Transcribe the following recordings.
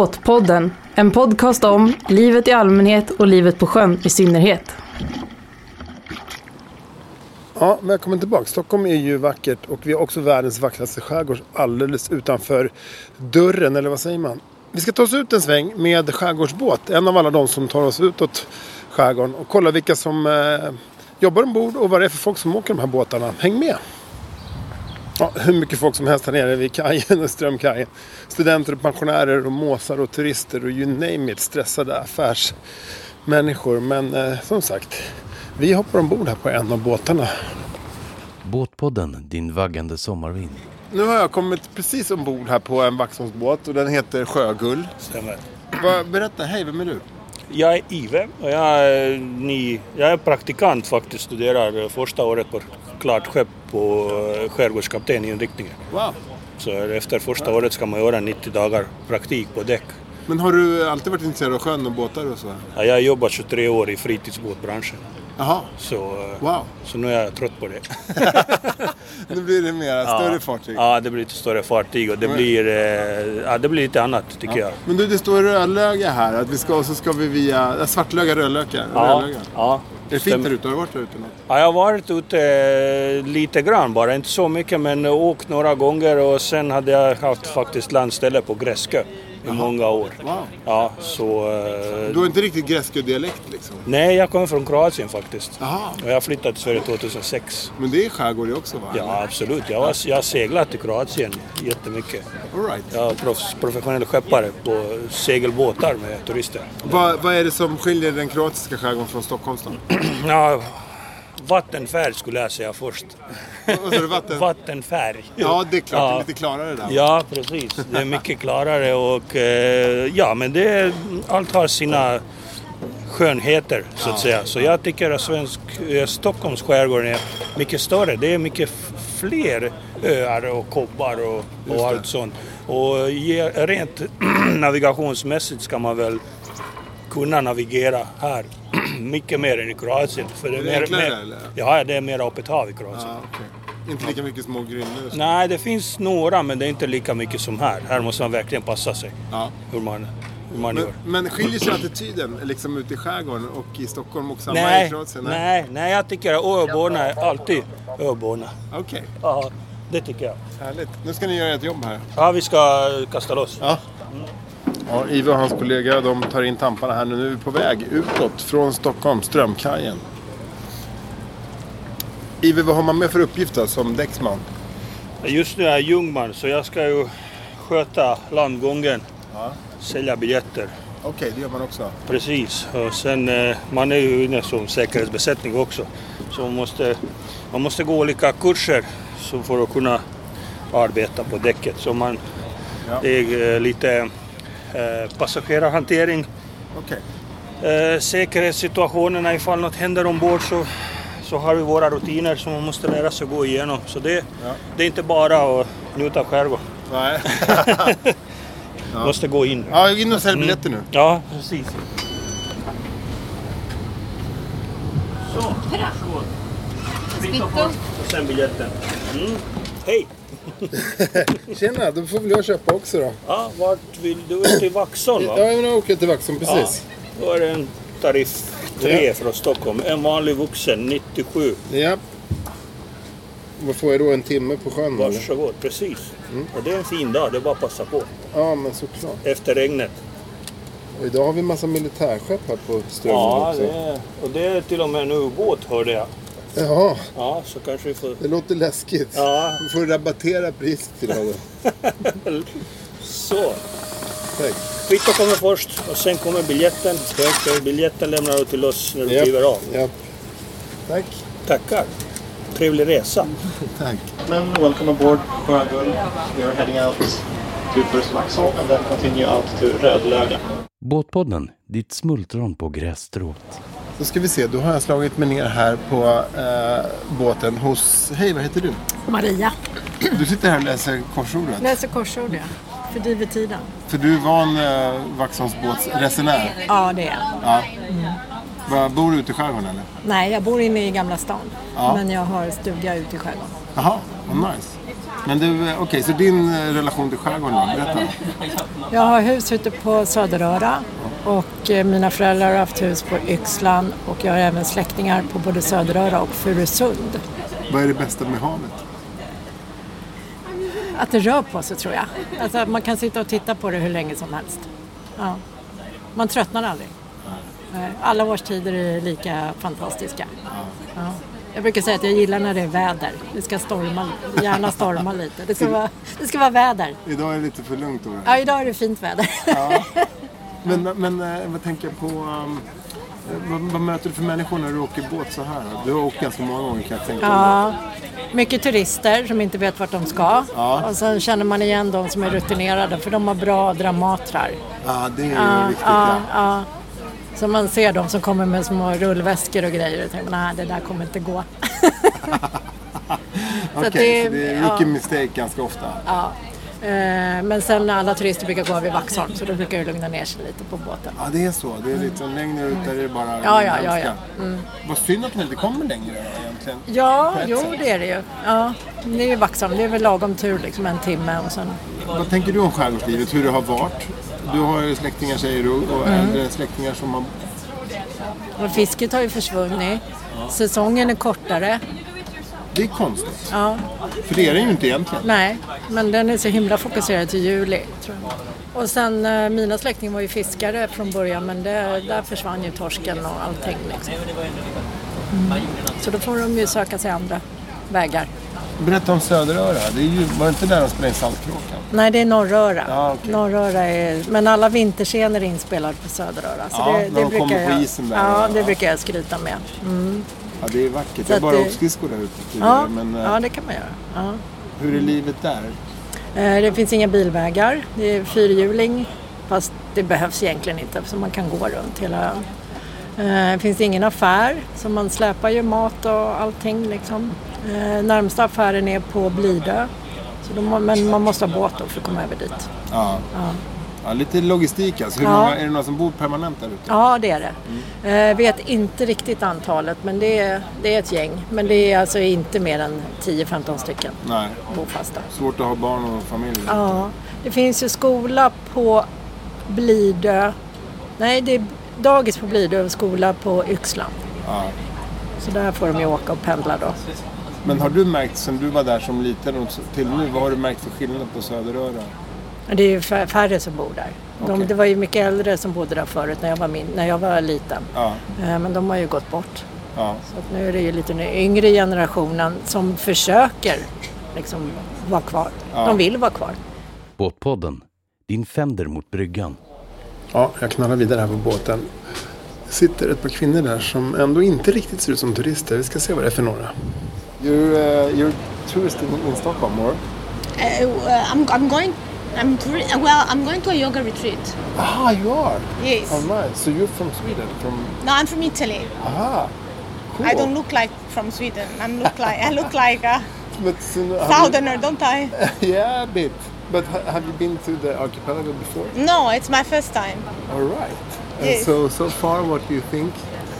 Båtpodden, en podcast om livet i allmänhet och livet på sjön i synnerhet. Ja, välkommen tillbaka. Stockholm är ju vackert och vi har också världens vackraste skärgård alldeles utanför dörren, eller vad säger man? Vi ska ta oss ut en sväng med skärgårdsbåt, en av alla de som tar oss utåt skärgården, och kolla vilka som jobbar ombord och vad det är för folk som åker de här båtarna. Häng med! Ja, hur mycket folk som helst här nere vid kajen och Strömkajen. Studenter och pensionärer och måsar och turister och you name it, stressade affärsmänniskor. Men som sagt, vi hoppar ombord här på en av båtarna. Båtpodden, din vaggande sommarvind. Nu har jag kommit precis ombord här på en Vaxholmsbåt och den heter Sjögull. Stämmer. Berätta, hej, vem är du? Jag är Ive och jag är praktikant faktiskt, studerar första året på klart skepp på skärgårdskapten i inriktningen. Wow. Så efter första året ska man göra 90 dagar praktik på däck. Men har du alltid varit intresserad av sjön och båtar och så? Ja, jag har jobbat 23 år i fritidsbåtbranschen. Jaha. Så nu är jag trött på det. Nu blir det mer större fartyg. Ja, det blir lite större fartyg och det blir lite annat tycker jag. Men du, det står rödlöga här att så ska vi via svartlöga, rödlöga. Ja. Är det fint där ute? Har du varit där ute? Ja, jag har varit ute lite grann bara, inte så mycket, men åkt några gånger och sen hade jag haft faktiskt landställe på Gräskö i många år. Wow. Ja, så... Du har inte riktigt Gräskö-dialekt liksom? Nej, jag kommer från Kroatien faktiskt. Aha. Och jag flyttade till Sverige 2006. Men det är skärgård också, va? Ja, absolut. Jag har seglat till Kroatien jättemycket. All right. Jag är professionell skeppare på segelbåtar med turister. Vad är det som skiljer den kroatiska skärgården från Stockholms då? Ja, vattenfärg skulle jag säga först. Vad sa du, vatten? Vattenfärg. Ja, det är klart. Det är lite klarare där. Ja, precis. Det är mycket klarare och men allt har sina skönheter så att säga. Så jag tycker att Stockholms skärgård är mycket större. Det är mycket fler öar och kobbar och allt sånt. Och rent navigationsmässigt ska man väl kunna navigera här mycket mer än i Kroatien. För det är enklare, eller? Ja, det är mer öppet hav i Kroatien. Okay. Inte lika mycket små grynnor? Nej, det finns några, men det är inte lika mycket som här. Här måste man verkligen passa sig hur man gör. Men skiljer sig attityden liksom ute i skärgården och i Stockholm och samma i Kroatien? Nej, jag tycker att öborna är alltid öborna. Okej. Ja, det tycker jag. Härligt. Nu ska ni göra ett jobb här. Ja, vi ska kasta loss. Ja. Ja, Ive och hans kollega, de tar in tamparna här nu. Nu är vi på väg utåt från Stockholm, Strömkajen. Ive, vad har man med för uppgifter som däcksman? Just nu är jag jungman, så jag ska ju sköta landgången, sälja biljetter. Okej, det gör man också. Precis, och sen man är ju inne som säkerhetsbesättning också. Så man måste gå olika kurser för att kunna arbeta på däcket. Så det är lite passagerarhantering. Okej. Säkerhetssituationerna, ifall något händer ombord så har vi våra rutiner som man måste lära sig att gå igenom. Så det är inte bara att njuta av skärgården. Nej. Måste gå in. Ja, in och sälj biljetter nu. Ja, precis. Så, varsågod. Kvitto och sen biljetten. Hej! Tjena, då får väl jag köpa också då. Ja, vart vill du? Till Vaxholm, va? Ja, jag åker till Vaxholm, precis. Ja, då är det en tariff 3 från Stockholm. En vanlig vuxen, 97. Ja. Vad får jag då, en timme på sjön? Varsågod, eller? Precis. Och det är en fin dag, det är bara att passa på. Ja, men såklart. Efter regnet. Och idag har vi en massa militärskepp här på strömmen också. Och det är till och med en ubåt, hörde jag. Jaha. Ja, så kanske vi får... Det låter läskigt. Ja. Vi får rabattera priset till honom. Så. Tack. Kvitto kommer först och sen kommer biljetten. Biljetten lämnar du till oss när du kliver av. Ja. Tack. Tackar. Trevlig resa. Tack. Men welcome aboard Sjögull. We are heading out to first Vaxholm and then continue out to Rödlöga. Båtpodden, ditt smultron på grässtråt. Då ska vi se, då har jag slagit mig ner här på båten hos... Hej, vad heter du? Maria. Du sitter här och läser korsordet. Läser korsord, ja. Fördriver tiden. För du var en Vaxholmsbåtsresenär. Ja, det är Ja. Bor du ute i skärgården eller? Nej, jag bor inne i Gamla stan. Ja. Men jag har stuga ute i skärgården. Jaha, vad nice. Men du, okej, så din relation till skärgården då? Berätta. Jag har hus ute på Söderöra och mina föräldrar har haft hus på Yxlan och jag har även släktingar på både Söderöra och Furusund. Vad är det bästa med havet? Att det rör på sig tror jag. Alltså, man kan sitta och titta på det hur länge som helst. Ja. Man tröttnar aldrig. Alla årstider är lika fantastiska. Ja. Jag brukar säga att jag gillar när det är väder. Det ska gärna storma lite. Det ska vara väder. Idag är det lite för lugnt då? Ja, idag är det fint väder. Ja. Men vad tänker jag på... Vad möter du för människor när du åker båt så här? Du har åkt ganska många gånger kan jag tänka. Ja, mycket turister som inte vet vart de ska. Ja. Och sen känner man igen de som är rutinerade för de har bra dramatrar. Ja, det är ju riktigt bra. Ja. Så man ser de som kommer med små rullväskor och grejer och tänker nej, det där kommer inte gå. Okej, så det är rookie mistake ganska ofta. Ja. Men sen alla turister brukar gå vid Vaxholm så då brukar det lugna ner sig lite på båten. Ja, det är så. Det är lite längre ut där det är bara... Ja. Vad synd att man inte kommer längre egentligen. Ja, det är det ju. Ja, det är ju Vaxholm. Det är väl lagom tur liksom 1 timme och sen... Vad tänker du om skärgårdslivet? Hur det har varit? Du har ju släktingar, säger du, och äldre släktingar som har... Och fisket har ju försvunnit. Säsongen är kortare. Det är konstigt. Ja. För det är den ju inte egentligen. Nej, men den är så himla fokuserad till juli, tror jag. Och sen mina släktingar var ju fiskare från början, men där försvann ju torsken och allting liksom. Så då får de ju söka sig andra vägar. Berätta om Söderöra. Var inte där de spelade in Saltkråkan? Nej, det är Norröra. Ja, okay. Norröra är... Men alla vinterscener är inspelade på Söderöra. Så ja, det brukar kommer på isen där. Ja, det brukar jag skryta med. Ja, det är vackert. Jag bara åkt skridskor där ute tidigare. Ja, men, ja, det kan man göra. Ja. Hur är livet där? Det finns inga bilvägar. Det är fyrhjuling. Fast det behövs egentligen inte så man kan gå runt hela ön. Det finns ingen affär. Så man släpar ju mat och allting liksom. Närmsta affären är på Blidö. Men man måste ha båt då för att komma över dit. Ja. Ja, lite logistik alltså. Hur många, är det någon som bor permanent där ute? Ja, det är det. Vet inte riktigt antalet, men det är ett gäng. Men det är alltså inte mer än 10-15 stycken. Nej. Bofasta. Svårt att ha barn och familj. Ja, det finns ju skola på Blidö. Nej, det är dagis på Blidö och skola på Yxlan. Ja. Så där får de ju åka och pendla då. Men har du märkt, sen du var där som liten och till nu, vad har du märkt för skillnad på Söderöra? Det är ju färre som bor där. Okay. Det var ju mycket äldre som bodde där förut när jag var liten. Ja. Men de har ju gått bort. Ja. Så att nu är det ju lite den yngre generationen som försöker liksom vara kvar. Ja. De vill vara kvar. Båtpodden, din Fender mot bryggan. Ja, jag knallar vidare här på båten. Det sitter ett par kvinnor där som ändå inte riktigt ser ut som turister. Vi ska se vad det är för några. You're tourist in Stockholm, or? I'm going to a yoga retreat. Ah, you are? Yes. Oh, nice. So you're from Sweden? No, I'm from Italy. Aha, cool. I don't look like from Sweden. I look like a southerner, don't I? Yeah, a bit. But have you been to the archipelago before? No, it's my first time. All right. Yes. So far, what do you think?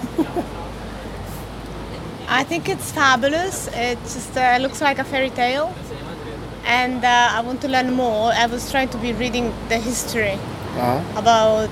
I think it's fabulous. It just looks like a fairy tale. And I want to learn more. I was trying to be reading the history about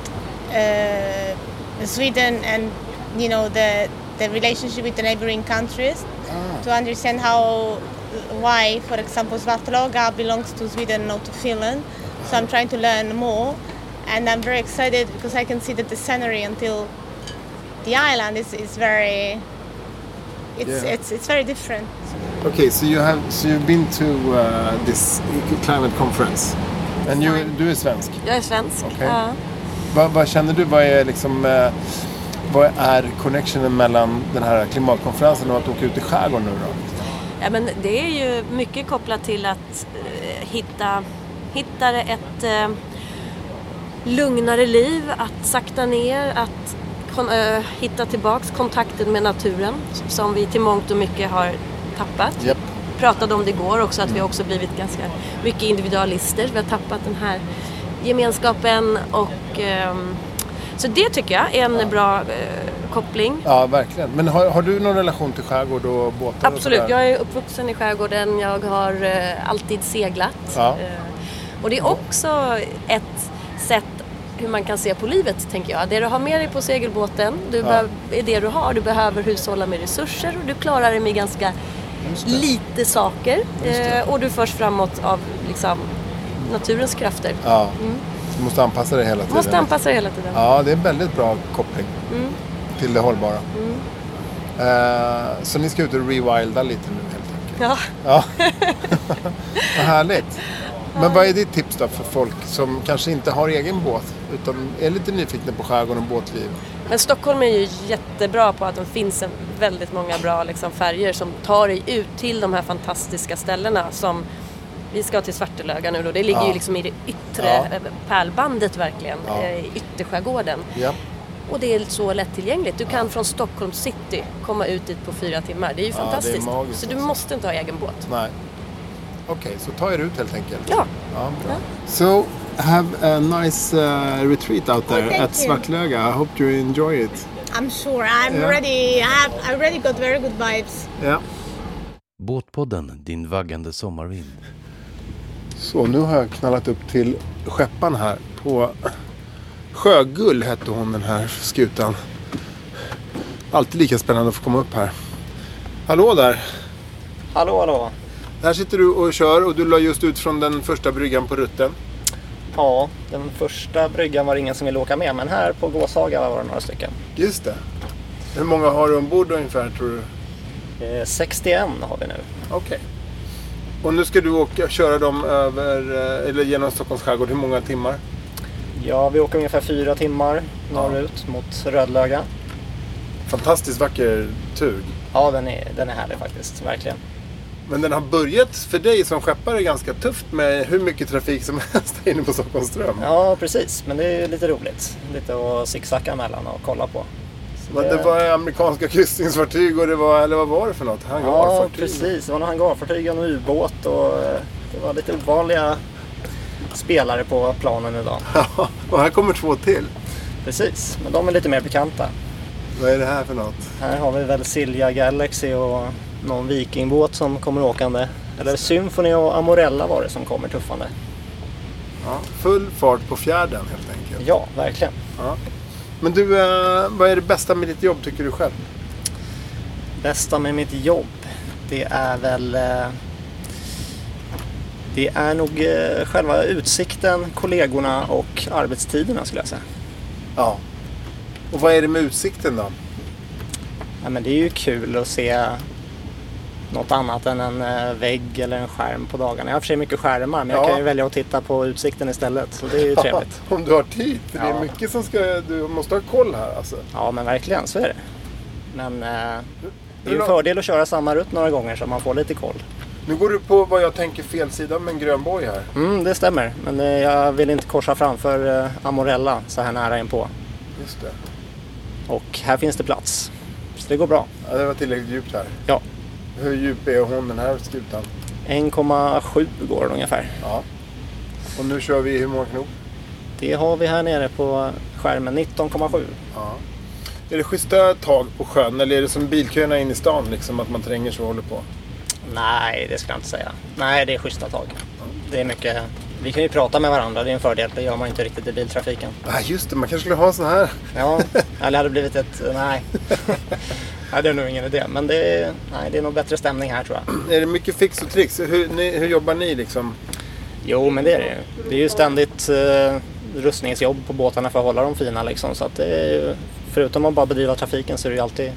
Sweden and, you know, the relationship with the neighboring countries to understand why, for example, Svartlaga belongs to Sweden, not to Finland. So I'm trying to learn more. And I'm very excited because I can see that the scenery until the island is very... It's very different. Okay, so you've been to this climate conference, and du är svensk. Jag är svensk. Okay. Ja. Vad känner du? Vad är connectionen mellan den här klimatkonferensen och att åka ut i skärgården nu då? Ja, men det är ju mycket kopplat till att hitta ett lugnare liv, att sakta ner, att hitta tillbaks kontakten med naturen som vi till mångt och mycket har tappat. Yep. Pratade om det igår också, att vi också blivit ganska mycket individualister. Vi har tappat den här gemenskapen och så det tycker jag är en bra avkoppling. Ja, verkligen. Men har du någon relation till skärgård och båtar? Absolut, och jag är uppvuxen i skärgården. Jag har alltid seglat. Ja. Och det är också ett sätt hur man kan se på livet, tänker jag. Det du har med dig på segelbåten är det du har. Du behöver hushålla med resurser och du klarar dig med ganska lite saker. Och du förs framåt av liksom, naturens krafter. Ja. Du måste anpassa dig hela tiden. Ja, det är en väldigt bra koppling till det hållbara. Så ni ska ut och rewilda lite nu helt enkelt. Ja. Vad härligt. Men vad är ditt tips då för folk som kanske inte har egen båt utan är lite nyfikna på skärgården och båtliv? Men Stockholm är ju jättebra på att det finns väldigt många bra liksom, färger som tar dig ut till de här fantastiska ställena som vi ska till Svartelöga nu då. Det ligger ju liksom i det yttre pärlbandet verkligen, i ytterskärgården. Ja. Och det är så lättillgängligt. Du kan från Stockholm city komma ut dit på 4 timmar. Det är ju fantastiskt. Det är magiskt, så du måste inte ha egen båt. Nej. Okej, så ta er ut helt enkelt. Ja. Bra. So, have a nice retreat out there at Svartlöga. I hope you enjoy it. I'm sure. I'm ready. I already got very good vibes. Yeah. Båtpodden, din vaggande sommarvind. Så, nu har jag knallat upp till skeppan här på Sjögull hette hon, den här skutan. Alltid lika spännande att få komma upp här. Hallå där. Hallå. Här sitter du och kör och du la just ut från den första bryggan på rutten. Ja, den första bryggan var ingen som ville åka med, men här på Gåshaga var det några stycken. Just det. Hur många har du ombord ungefär, tror du? 61 har vi nu. Okej. Och nu ska du köra dem eller genom Stockholms skärgård. Hur många timmar? Ja, vi åker ungefär 4 timmar norrut mot Rödlöga. Fantastiskt vacker tug. Ja, den är härlig faktiskt, verkligen. Men den har börjat för dig som skeppare ganska tufft med hur mycket trafik som helst inne på Stockholms ström. Ja, precis. Men det är lite roligt. Lite att zigzacka mellan och kolla på. Det var amerikanska kryssningsfartyg och eller vad var det för något? Hangarfartyg. Ja, precis. Det var några hangarfartyg och en ubåt och det var lite ovanliga spelare på planen idag. Ja, och här kommer 2 till. Precis, men de är lite mer bekanta. Vad är det här för något? Här har vi väl Silja Galaxy och någon vikingbåt som kommer åkande. Eller Symphony och Amorella var det som kommer tuffande. Ja, full fart på fjärden helt enkelt. Ja, verkligen. Ja. Men du, vad är det bästa med ditt jobb tycker du själv? Bästa med mitt jobb, det är väl... Det är nog själva utsikten, kollegorna och arbetstiderna skulle jag säga. Ja. Och vad är det med utsikten då? Ja, men det är ju kul att se något annat än en vägg eller en skärm på dagarna. Jag har för sig mycket skärmar, men jag kan ju välja att titta på utsikten istället. Så det är ju trevligt. Om du har tid, för det är mycket som du måste ha koll här alltså. Ja, men verkligen, så är det. Men det är ju en fördel att köra samma rutt några gånger så man får lite koll. Nu går du på vad jag tänker fel sida med en grön boj här. Det stämmer, men jag vill inte korsa framför Amorella så här nära inpå. Just det. Och här finns det plats. Så det går bra. Ja, det var tillräckligt djupt här. Ja. Hur djup är hon den här skutan? 1,7 går det ungefär. Ja. Och nu kör vi hur många knop? Det har vi här nere på skärmen, 19,7. Ja. Är det schyssta tag på sjön eller är det som bilköerna in i stan liksom att man tränger så och håller på? Nej, det ska jag inte säga. Nej, det är schyssta tag. Det är mycket... Vi kan ju prata med varandra, det är en fördel. Det gör man inte riktigt i biltrafiken. Nej, just det. Man kanske skulle ha en sån här. Ja, eller hade blivit ett... Nej. Nej, det är nog ingen idé. Men det är nog bättre stämning här tror jag. Är det mycket fix och tricks? Hur jobbar ni liksom? Jo, men det är det. Det är ju ständigt rustningsjobb på båtarna för att hålla dem fina liksom. Så att det är ju, förutom att bara bedriva trafiken så är det ju alltid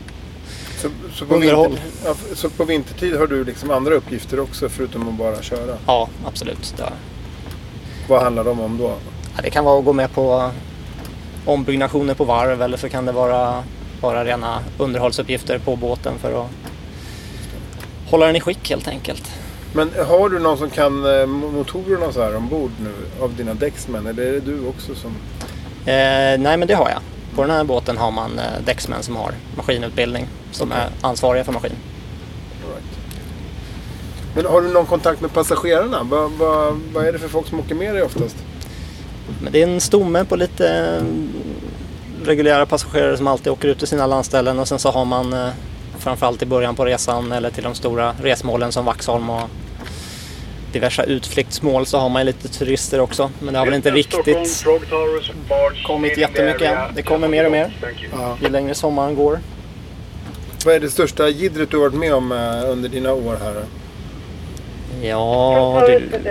så på vintertid har du liksom andra uppgifter också förutom att bara köra? Ja, absolut. Det. Vad handlar de om då? Ja, det kan vara att gå med på ombyggnationer på varv eller så kan det vara bara rena underhållsuppgifter på båten för att hålla den i skick helt enkelt. Men har du någon som kan motorerna så här ombord nu av dina däcksmän eller är det du också som... Nej, men det har jag. På den här båten har man däcksmän som har maskinutbildning som är ansvariga för maskin. Right. Men har du någon kontakt med passagerarna? Vad är det för folk som åker med dig oftast? Men det är en stomme på lite reguljära passagerare som alltid åker ut till sina landställen, och sen så har man framförallt i början på resan eller till de stora resmålen som Vaxholm och diverse utflyktsmål, så har man lite turister också. Men det har väl inte riktigt kommit jättemycket än. Det kommer mer och mer ju längre sommaren går. Vad är det största jiddret du har varit med om under dina år här? Ja,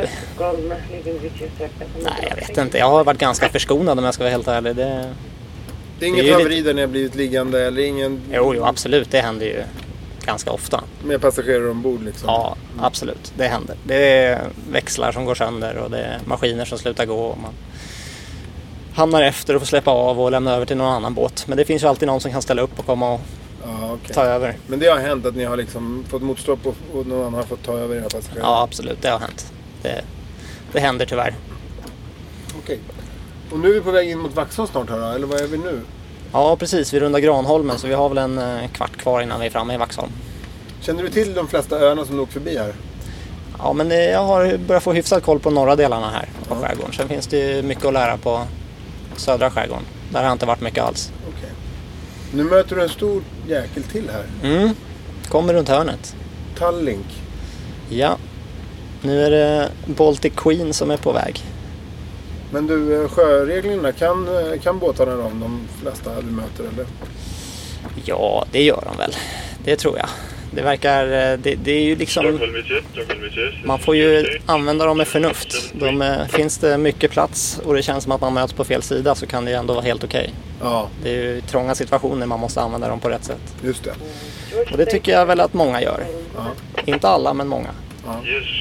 nej, jag vet inte. Jag har varit ganska förskonad om jag ska vara helt ärlig. Det är inget haveri där ni har blivit liggande eller ingen... Jo, absolut. Det händer ju ganska ofta. Med passagerare ombord liksom? Ja, absolut. Det händer. Det är växlar som går sönder och det är maskiner som slutar gå. Och man hamnar efter och får släppa av och lämna över till någon annan båt. Men det finns ju alltid någon som kan ställa upp och komma och ta över. Men det har hänt att ni har liksom fått motstopp och någon annan har fått ta över era passagerare? Ja, absolut. Det har hänt. Det händer tyvärr. Okej. Och nu är vi på väg in mot Vaxholm snart här då, eller vad är vi nu? Ja, precis. Vi rundar Granholmen, så vi har väl en kvart kvar innan vi är framme i Vaxholm. Känner du till de flesta öarna som du åker förbi här? Ja, men jag har börjat få hyfsad koll på norra delarna här på skärgården. Sen finns det ju mycket att lära på södra skärgården. Där har jag inte varit mycket alls. Okej. Nu möter du en stor jäkel till här. Kommer runt hörnet. Tallink. Ja. Nu är det Baltic Queen som är på väg. Men du, sjöreglerna, kan båtarna de flesta du möter eller? Ja, det gör de väl. Det tror jag. Det verkar, det är ju liksom, man får ju använda dem med förnuft. Finns det mycket plats och det känns som att man möts på fel sida, så kan det ändå vara helt okej. Ja. Det är ju trånga situationer, man måste använda dem på rätt sätt. Just det. Och det tycker jag väl att många gör. Ja. Inte alla, men många. Ja.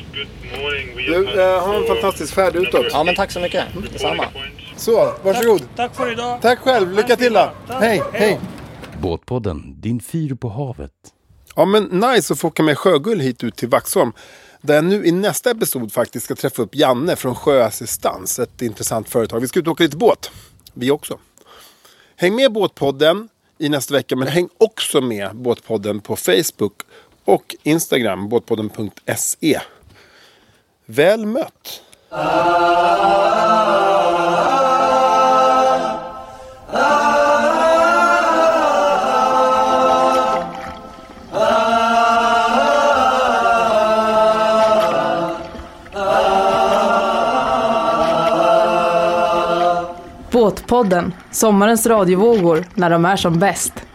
Du har en fantastisk färd utåt. Ja, men tack så mycket. Detsamma. Så, varsågod. Tack för idag. Tack själv. Lycka till då. Hej, hej. Båtpodden, din fyr på havet. Ja, men nice att få åka med Sjögull hit ut till Vaxholm. Där jag nu i nästa episod faktiskt ska träffa upp Janne från Sjöassistans. Ett intressant företag. Vi ska ut och åka lite båt. Vi också. Häng med Båtpodden i nästa vecka. Men häng också med Båtpodden på Facebook och Instagram. Båtpodden.se. Väl mött! Båtpodden, sommarens radiovågor när de är som bäst.